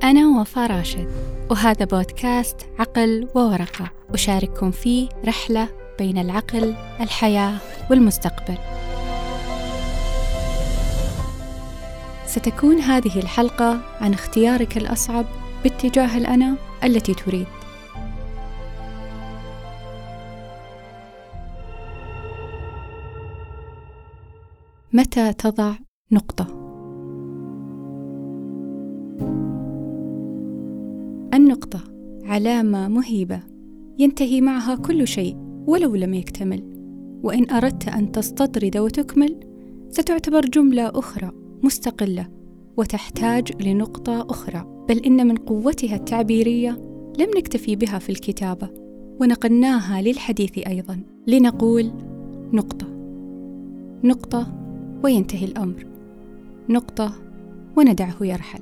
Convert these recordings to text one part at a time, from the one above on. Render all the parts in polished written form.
أنا وفاء راشد، وهذا بودكاست عقل وورقة، أشارككم فيه رحلة بين العقل، الحياة والمستقبل. ستكون هذه الحلقة عن اختيارك الأصعب باتجاه الأنا التي تريد. متى تضع نقطة؟ النقطة علامة مهيبة ينتهي معها كل شيء ولو لم يكتمل، وإن أردت أن تستطرد وتكمل ستعتبر جملة أخرى مستقلة وتحتاج لنقطة أخرى، بل إن من قوتها التعبيرية لم نكتفي بها في الكتابة ونقلناها للحديث أيضا، لنقول نقطة، نقطة وينتهي الأمر، نقطة وندعه يرحل.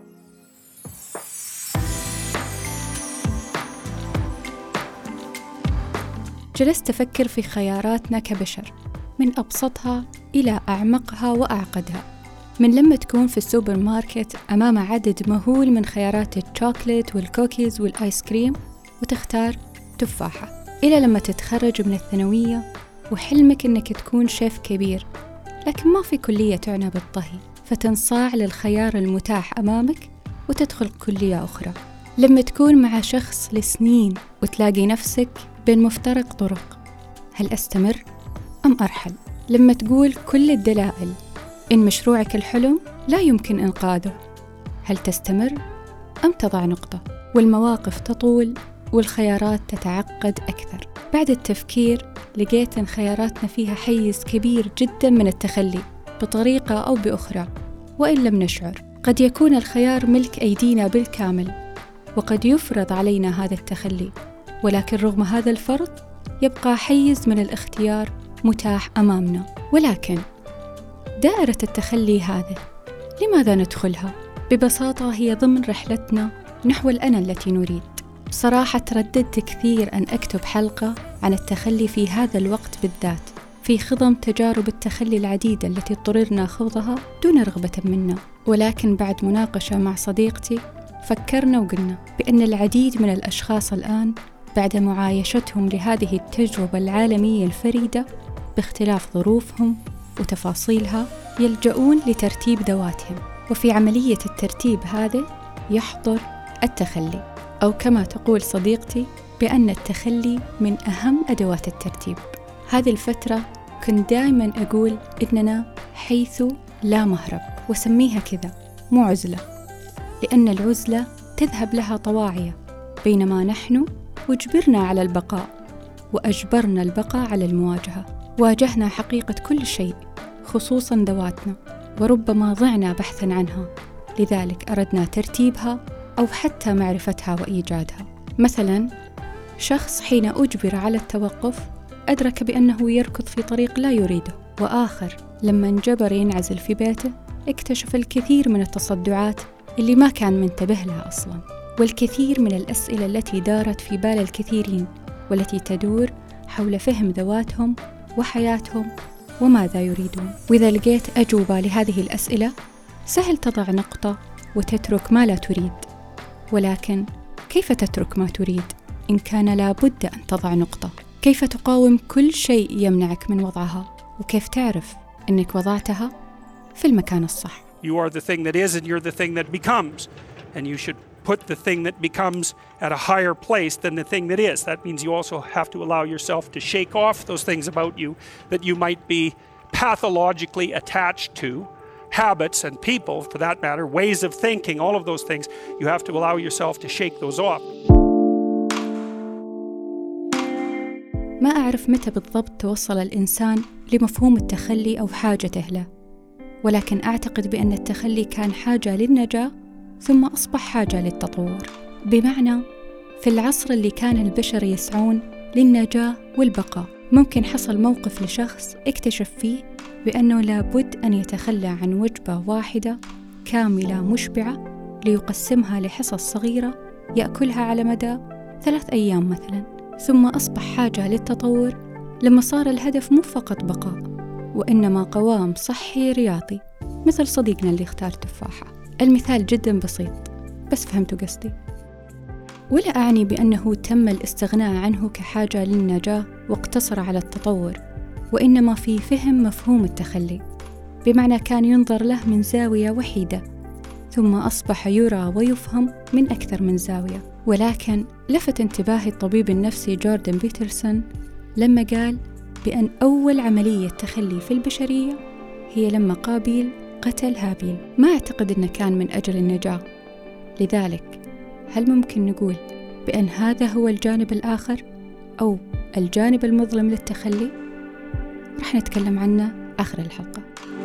جلست أفكر في خياراتنا كبشر، من أبسطها إلى أعمقها وأعقدها، من لما تكون في السوبر ماركت أمام عدد مهول من خيارات الشوكولات والكوكيز والآيس كريم وتختار تفاحة، إلى لما تتخرج من الثانوية وحلمك إنك تكون شيف كبير، لكن ما في كلية تعنى بالطهي فتنصاع للخيار المتاح أمامك وتدخل كلية أخرى، لما تكون مع شخص لسنين وتلاقي نفسك بين مفترق طرق، هل أستمر أم أرحل؟ لما تقول كل الدلائل إن مشروعك الحلم لا يمكن إنقاذه، هل تستمر أم تضع نقطة؟ والمواقف تطول والخيارات تتعقد أكثر. بعد التفكير لقيت إن خياراتنا فيها حيز كبير جدا من التخلي بطريقة أو بأخرى، وإن لم نشعر قد يكون الخيار ملك أيدينا بالكامل، وقد يفرض علينا هذا التخلي، ولكن رغم هذا الفرض يبقى حيز من الاختيار متاح أمامنا. ولكن دائرة التخلي هذه لماذا ندخلها؟ ببساطة هي ضمن رحلتنا نحو الأنا التي نريد. بصراحة ترددت كثير أن أكتب حلقة عن التخلي في هذا الوقت بالذات، في خضم تجارب التخلي العديدة التي اضطررنا خوضها دون رغبة منا، ولكن بعد مناقشة مع صديقتي فكرنا وقلنا بأن العديد من الأشخاص الآن بعد معايشتهم لهذه التجربة العالمية الفريدة باختلاف ظروفهم وتفاصيلها يلجؤون لترتيب ذواتهم، وفي عملية الترتيب هذه يحضر التخلي، أو كما تقول صديقتي بأن التخلي من أهم أدوات الترتيب. هذه الفترة كنت دائما أقول إننا حيث لا مهرب، وسميها كذا مو عزلة، لأن العزلة تذهب لها طواعية، بينما نحن وجبرنا على البقاء وأجبرنا البقاء على المواجهة. واجهنا حقيقة كل شيء خصوصاً ذواتنا، وربما ضعنا بحثاً عنها، لذلك أردنا ترتيبها أو حتى معرفتها وإيجادها. مثلاً شخص حين أجبر على التوقف أدرك بأنه يركض في طريق لا يريده، وآخر لما انجبر ينعزل في بيته اكتشف الكثير من التصدعات اللي ما كان منتبه لها أصلاً، والكثير من الأسئلة التي دارت في بال الكثيرين والتي تدور حول فهم ذواتهم وحياتهم وماذا يريدون. وإذا لقيت أجوبة لهذه الأسئلة سهل تضع نقطة وتترك ما لا تريد، ولكن كيف تترك ما تريد إن كان لابد أن تضع نقطة؟ كيف تقاوم كل شيء يمنعك من وضعها؟ وكيف تعرف أنك وضعتها في المكان الصح؟ You are the thing that is and you're the thing that becomes, and you should put the thing that becomes at a higher place than the thing that is. That means you also have to allow yourself to shake off those things about you that you might be pathologically attached to, habits and people for that matter, ways of thinking, all of those things. You have to allow yourself to shake those off. ما أعرف متى بالضبط توصل الإنسان لمفهوم التخلي أو حاجته له، ولكن أعتقد بأن التخلي كان حاجة للنجاة ثم أصبح حاجة للتطور. بمعنى في العصر اللي كان البشر يسعون للنجاة والبقاء، ممكن حصل موقف لشخص اكتشف فيه بأنه لابد أن يتخلى عن وجبة واحدة كاملة مشبعة ليقسمها لحصص صغيرة يأكلها على مدى 3 أيام مثلا، ثم أصبح حاجة للتطور لما صار الهدف مو فقط بقاء وإنما قوام صحي رياضي، مثل صديقنا اللي اختار تفاحة. المثال جدا بسيط، بس فهمتوا قصدي. ولا أعني بأنه تم الاستغناء عنه كحاجة للنجاة واقتصر على التطور، وإنما في فهم مفهوم التخلي، بمعنى كان ينظر له من زاوية وحيدة ثم أصبح يرى ويفهم من أكثر من زاوية. ولكن لفت انتباهي الطبيب النفسي جوردن بيترسون لما قال بأن أول عملية تخلي في البشرية هي لما قابيل قتل هابيل. ما أعتقد أنه كان من أجل النجاة. لذلك هل ممكن نقول بأن هذا هو الجانب الآخر أو الجانب المظلم للتخلي؟ رح نتكلم عنه آخر الحلقة.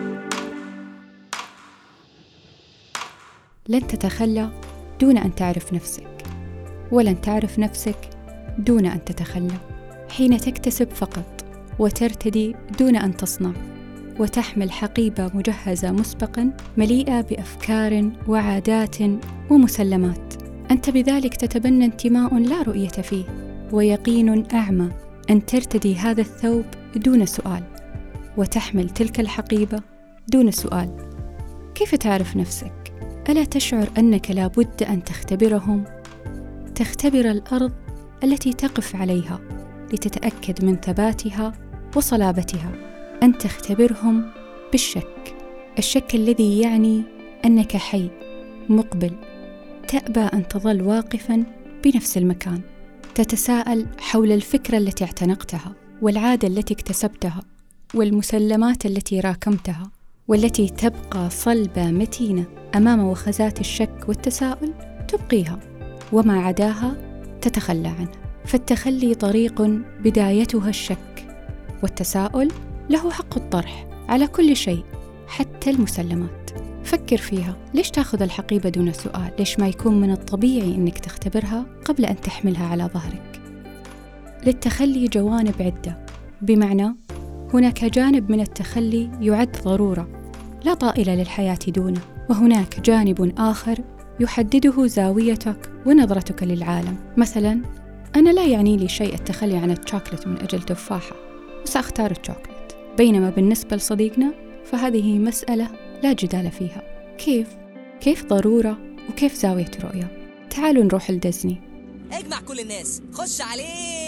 لن تتخلى دون أن تعرف نفسك، ولن تعرف نفسك دون أن تتخلى. حين تكتسب فقط وترتدي دون أن تصنع، وتحمل حقيبة مجهزة مسبقاً مليئة بأفكار وعادات ومسلمات، أنت بذلك تتبنى انتماء لا رؤية فيه، ويقين أعمى أن ترتدي هذا الثوب دون سؤال، وتحمل تلك الحقيبة دون سؤال. كيف تعرف نفسك؟ ألا تشعر أنك لابد أن تختبرهم؟ تختبر الأرض التي تقف عليها لتتأكد من ثباتها وصلابتها. أن تختبرهم بالشك، الشك الذي يعني أنك حي مقبل، تأبى أن تظل واقفاً بنفس المكان، تتساءل حول الفكرة التي اعتنقتها، والعادة التي اكتسبتها، والمسلمات التي راكمتها، والتي تبقى صلبة متينة أمام وخزات الشك والتساؤل تبقيها، وما عداها تتخلى عنها. فالتخلي طريق بدايتها الشك، والتساؤل له حق الطرح على كل شيء حتى المسلمات. فكر فيها، ليش تأخذ الحقيبة دون سؤال؟ ليش ما يكون من الطبيعي أنك تختبرها قبل أن تحملها على ظهرك؟ للتخلي جوانب عدة، بمعنى هناك جانب من التخلي يعد ضرورة لا طائل للحياة دونه، وهناك جانب آخر يحدده زاويتك ونظرتك للعالم. مثلا أنا لا يعني لي شيء التخلي عن الشوكولاتة من أجل تفاحة، وسأختار الشوكولاتة، بينما بالنسبة لصديقنا فهذه مسألة لا جدال فيها. كيف ضرورة وكيف زاوية رؤية. تعالوا نروح لديزني. اجمع كل الناس، خش عليه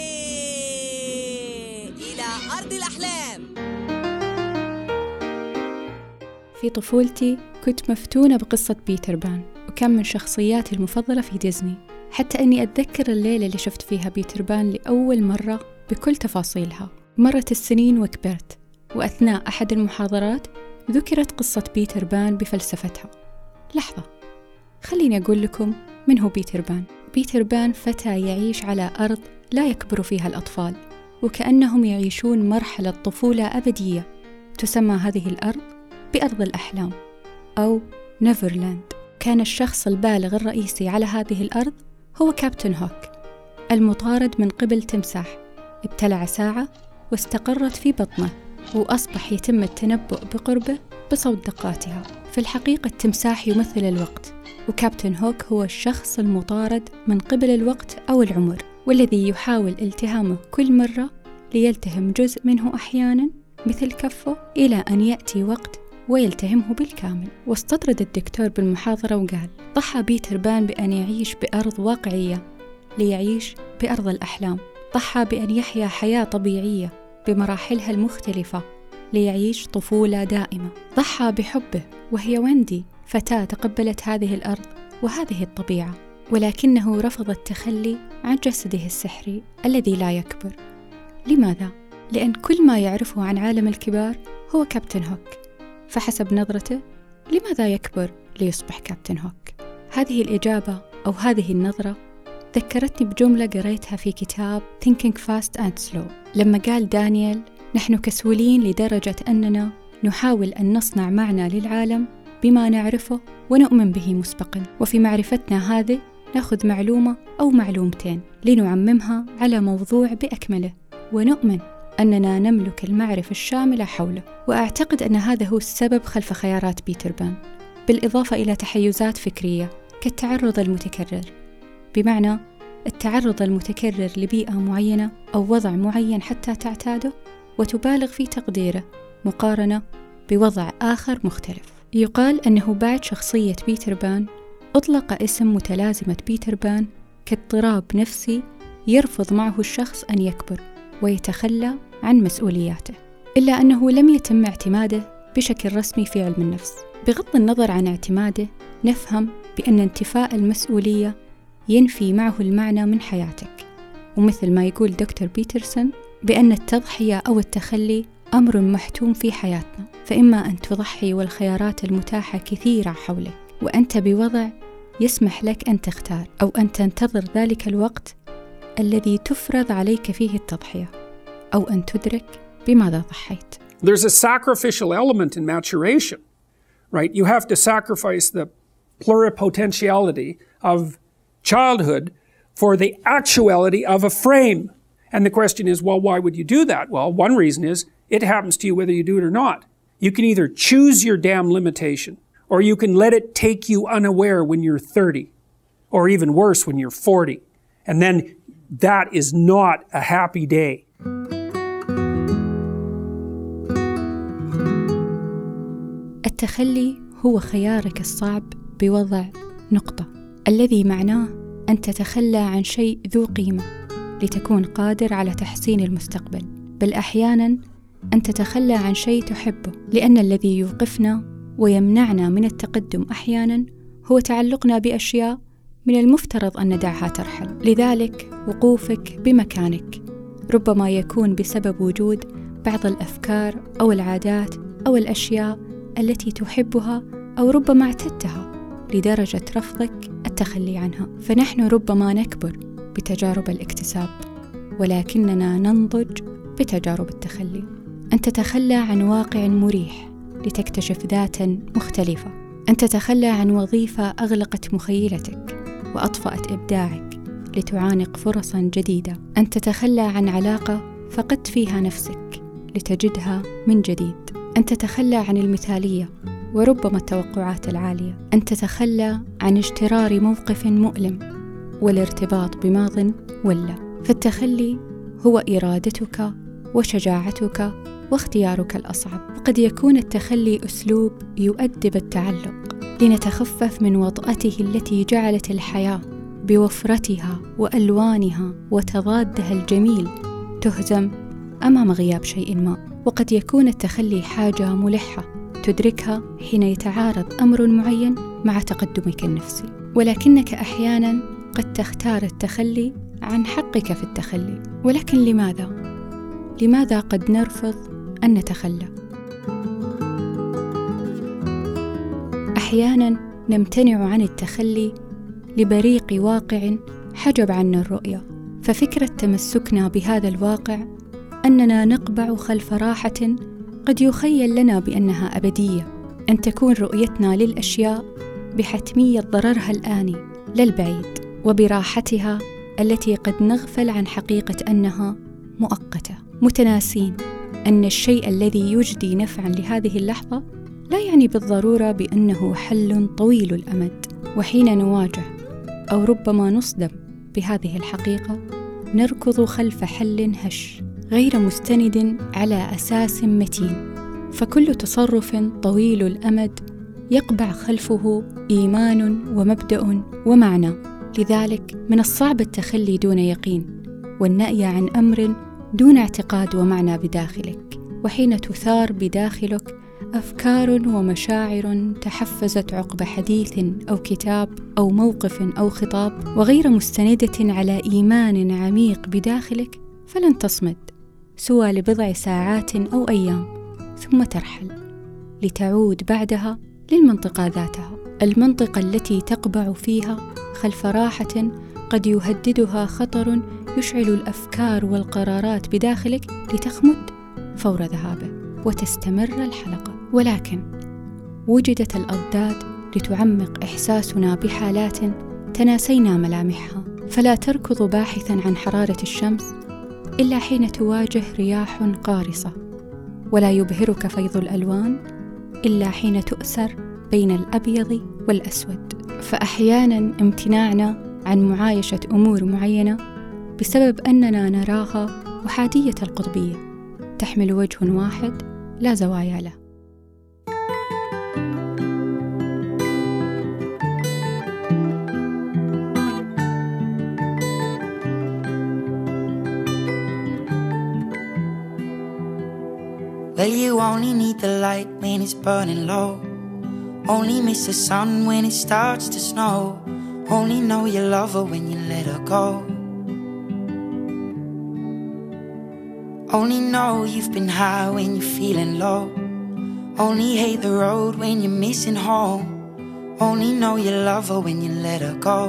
إلى أرض الأحلام. في طفولتي كنت مفتونة بقصة بيتر بان، وكان من شخصياتي المفضلة في ديزني، حتى أني أتذكر الليلة اللي شفت فيها بيتر بان لأول مرة بكل تفاصيلها. مرت السنين وكبرت، وأثناء أحد المحاضرات ذكرت قصة بيتر بان بفلسفتها. لحظة، خليني أقول لكم من هو بيتر بان. بيتر بان فتى يعيش على أرض لا يكبر فيها الأطفال، وكأنهم يعيشون مرحلة طفولة أبدية. تسمى هذه الأرض بأرض الأحلام أو نيفرلاند. كان الشخص البالغ الرئيسي على هذه الأرض هو كابتن هوك، المطارد من قبل تمساح ابتلع ساعة واستقرت في بطنه، وأصبح يتم التنبؤ بقربه بصوت دقاتها. في الحقيقة التمساح يمثل الوقت، وكابتن هوك هو الشخص المطارد من قبل الوقت أو العمر، والذي يحاول التهامه كل مرة ليلتهم جزء منه أحياناً مثل كفه، إلى أن يأتي وقت ويلتهمه بالكامل. واستطرد الدكتور بالمحاضرة وقال: ضحى بيتر بان بأن يعيش بأرض واقعية ليعيش بأرض الأحلام، ضحى بأن يحيا حياة طبيعية بمراحلها المختلفة ليعيش طفولة دائمة، ضحى بحبه وهي ويندي، فتاة تقبلت هذه الأرض وهذه الطبيعة، ولكنه رفض التخلي عن جسده السحري الذي لا يكبر. لماذا؟ لأن كل ما يعرفه عن عالم الكبار هو كابتن هوك، فحسب نظرته لماذا يكبر ليصبح كابتن هوك؟ هذه الإجابة أو هذه النظرة ذكرتني بجملة قريتها في كتاب Thinking Fast and Slow، لما قال دانيال: نحن كسولين لدرجة أننا نحاول أن نصنع معنى للعالم بما نعرفه ونؤمن به مسبقا، وفي معرفتنا هذه نأخذ معلومة أو معلومتين لنعممها على موضوع بأكمله، ونؤمن أننا نملك المعرفة الشاملة حوله. وأعتقد أن هذا هو السبب خلف خيارات بيتر بان، بالإضافة إلى تحيزات فكرية كالتعرض المتكرر، بمعنى التعرض المتكرر لبيئة معينة أو وضع معين حتى تعتاده وتبالغ في تقديره مقارنة بوضع آخر مختلف. يقال أنه بعد شخصية بيتر بان أطلق اسم متلازمة بيتر بان كاضطراب نفسي يرفض معه الشخص أن يكبر ويتخلى عن مسؤولياته، إلا أنه لم يتم اعتماده بشكل رسمي في علم النفس. بغض النظر عن اعتماده، نفهم بأن انتفاء المسؤولية ينفي معه المعنى من حياتك، ومثل ما يقول دكتور بيترسون بأن التضحية أو التخلي أمر محتوم في حياتنا، فإما أن تضحي والخيارات المتاحة كثيرة حولك وأنت بوضع يسمح لك أن تختار، أو أن تنتظر ذلك الوقت الذي تفرض عليك فيه التضحية، أو أن تدرك بماذا ضحيت. There's a sacrificial element in maturation, right? You have to sacrifice the pluripotentiality of childhood for the actuality of a frame. And the question is, well, why would you do that? Well, one reason is it happens to you whether you do it or not. You can either choose your damn limitation, or you can let it take you unaware when you're 30, or even worse, when you're 40. And then that is not a happy day. التخلي هو خيارك الصعب بوضع نقطة، الذي معناه أن تتخلى عن شيء ذو قيمة لتكون قادر على تحسين المستقبل، بل أحياناً أن تتخلى عن شيء تحبه، لأن الذي يوقفنا ويمنعنا من التقدم أحياناً هو تعلقنا بأشياء من المفترض أن ندعها ترحل. لذلك وقوفك بمكانك ربما يكون بسبب وجود بعض الأفكار أو العادات أو الأشياء التي تحبها أو ربما اعتدتها لدرجة رفضك التخلي عنها. فنحن ربما نكبر بتجارب الاكتساب، ولكننا ننضج بتجارب التخلي. أن تتخلى عن واقع مريح لتكتشف ذاتاً مختلفة، أن تتخلى عن وظيفة أغلقت مخيلتك وأطفأت إبداعك لتعانق فرصاً جديدة، أن تتخلى عن علاقة فقدت فيها نفسك لتجدها من جديد، أن تتخلى عن المثالية وربما التوقعات العالية، أن تتخلى عن اجترار موقف مؤلم والارتباط بماضٍ ولا. فالتخلي هو إرادتك وشجاعتك واختيارك الأصعب. وقد يكون التخلي أسلوب يؤدب التعلق لنتخفف من وطأته التي جعلت الحياة بوفرتها وألوانها وتضادها الجميل تهزم أمام غياب شيء ما. وقد يكون التخلي حاجة ملحة تدركها حين يتعارض أمر معين مع تقدمك النفسي، ولكنك أحياناً قد تختار التخلي عن حقك في التخلي. ولكن لماذا قد نرفض أن نتخلى؟ أحياناً نمتنع عن التخلي لبريق واقع حجب عنا الرؤية، ففكرة تمسكنا بهذا الواقع أننا نقبع خلف راحة قد يخيل لنا بأنها أبدية، أن تكون رؤيتنا للأشياء بحتمية ضررها الآني لا البعيد، وبراحتها التي قد نغفل عن حقيقة أنها مؤقتة، متناسين أن الشيء الذي يجدي نفعاً لهذه اللحظة لا يعني بالضرورة بأنه حل طويل الأمد. وحين نواجه أو ربما نصدم بهذه الحقيقة نركض خلف حل هش غير مستند على أساس متين، فكل تصرف طويل الأمد يقبع خلفه إيمان ومبدأ ومعنى. لذلك من الصعب التخلي دون يقين، والنأي عن أمر دون اعتقاد ومعنى بداخلك. وحين تثار بداخلك أفكار ومشاعر تحفزت عقب حديث أو كتاب أو موقف أو خطاب وغير مستندة على إيمان عميق بداخلك، فلن تصمد سوى لبضع ساعات أو أيام، ثم ترحل لتعود بعدها للمنطقة ذاتها، المنطقة التي تقبع فيها خلف راحة قد يهددها خطر يشعل الأفكار والقرارات بداخلك لتخمد فور ذهابه وتستمر الحلقة. ولكن وجدت الأضداد لتعمق إحساسنا بحالات تناسينا ملامحها، فلا تركض باحثاً عن حرارة الشمس إلا حين تواجه رياح قارصة، ولا يبهرك فيض الألوان إلا حين تؤسر بين الأبيض والأسود. فأحياناً امتناعنا عن معايشة أمور معينة بسبب أننا نراها أحادية القطبية، تحمل وجه واحد لا زوايا له. Well, you only need the light when it's burning low. Only miss the sun when it starts to snow. Only know you love her when you let her go. Only know you've been high when you're feeling low. Only hate the road when you're missing home. Only know you love her when you let her go.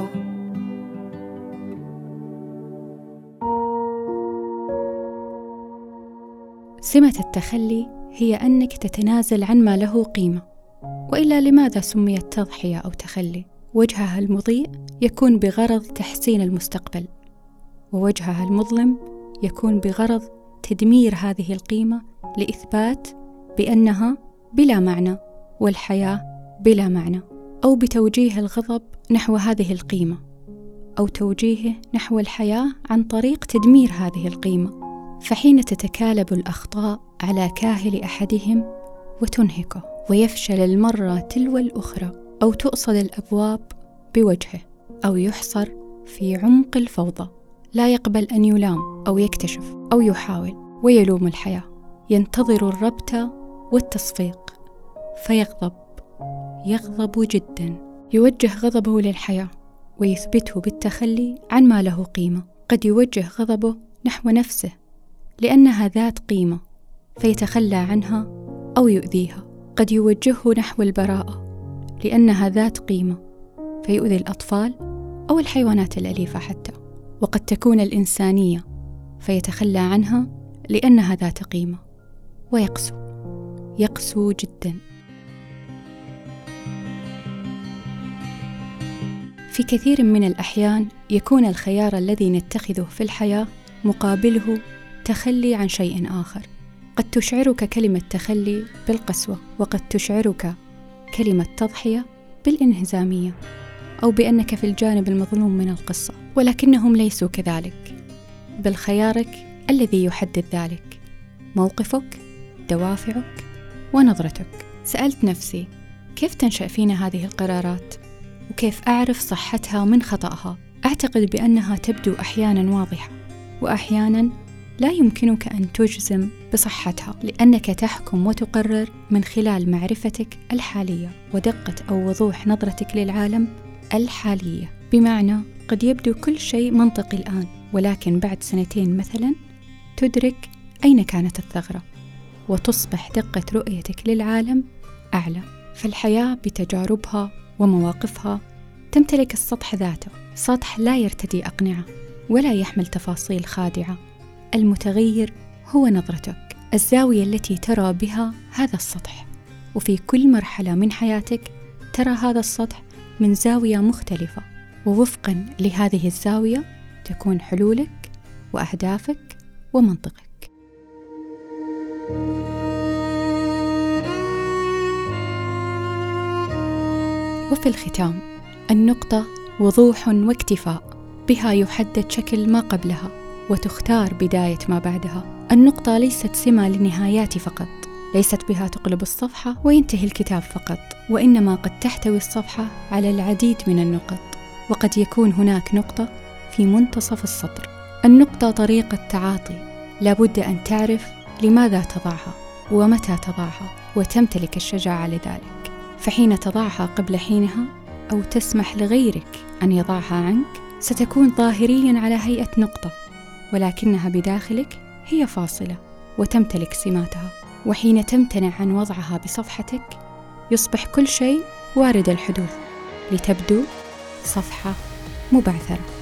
سمة التخلي هي أنك تتنازل عن ما له قيمة، وإلا لماذا سميت تضحية أو تخلي؟ وجهها المضيء يكون بغرض تحسين المستقبل، ووجهها المظلم يكون بغرض تدمير هذه القيمة لإثبات بأنها بلا معنى والحياة بلا معنى، أو بتوجيه الغضب نحو هذه القيمة، أو توجيهه نحو الحياة عن طريق تدمير هذه القيمة. فحين تتكالب الأخطاء على كاهل أحدهم وتنهكه، ويفشل المرة تلو الأخرى، أو تؤصد الأبواب بوجهه، أو يحصر في عمق الفوضى، لا يقبل أن يلام أو يكتشف أو يحاول، ويلوم الحياة، ينتظر الربط والتصفيق، يغضب جدا، يوجه غضبه للحياة ويثبته بالتخلي عن ما له قيمة. قد يوجه غضبه نحو نفسه لأنها ذات قيمة فيتخلى عنها أو يؤذيها. قد يوجهه نحو البراءة لأنها ذات قيمة فيؤذي الأطفال أو الحيوانات الأليفة حتى. وقد تكون الإنسانية فيتخلى عنها لأنها ذات قيمة، يقسو جدا. في كثير من الأحيان يكون الخيار الذي نتخذه في الحياة مقابله تخلي عن شيء آخر. قد تشعرك كلمة تخلي بالقسوة، وقد تشعرك كلمة تضحية بالانهزامية، أو بأنك في الجانب المظلوم من القصة، ولكنهم ليسوا كذلك، بل خيارك الذي يحدد ذلك موقفك، دوافعك، ونظرتك. سألت نفسي كيف تنشأ فينا هذه القرارات؟ وكيف أعرف صحتها من خطأها؟ أعتقد بأنها تبدو أحياناً واضحة، وأحياناً لا يمكنك أن تجزم بصحتها، لأنك تحكم وتقرر من خلال معرفتك الحالية ودقة أو وضوح نظرتك للعالم الحالية. بمعنى قد يبدو كل شيء منطقي الآن، ولكن بعد 2 مثلاً تدرك أين كانت الثغرة، وتصبح دقة رؤيتك للعالم أعلى. فالحياة بتجاربها ومواقفها تمتلك السطح ذاته، سطح لا يرتدي أقنعة ولا يحمل تفاصيل خادعة. المتغير هو نظرتك، الزاوية التي ترى بها هذا السطح، وفي كل مرحلة من حياتك ترى هذا السطح من زاوية مختلفة، ووفقاً لهذه الزاوية تكون حلولك وأهدافك ومنطقك. وفي الختام، النقطة وضوح واكتفاء، بها يحدد شكل ما قبلها وتختار بداية ما بعدها. النقطة ليست سمة للنهايات فقط، ليست بها تقلب الصفحة وينتهي الكتاب فقط، وإنما قد تحتوي الصفحة على العديد من النقط، وقد يكون هناك نقطة في منتصف السطر. النقطة طريقة تعاطي، لابد أن تعرف لماذا تضعها ومتى تضعها، وتمتلك الشجاعة لذلك. فحين تضعها قبل حينها أو تسمح لغيرك أن يضعها عنك، ستكون ظاهرياً على هيئة نقطة، ولكنها بداخلك هي فاصلة وتمتلك سماتها. وحين تمتنع عن وضعها بصفحتك يصبح كل شيء وارد الحدوث، لتبدو صفحة مبعثرة.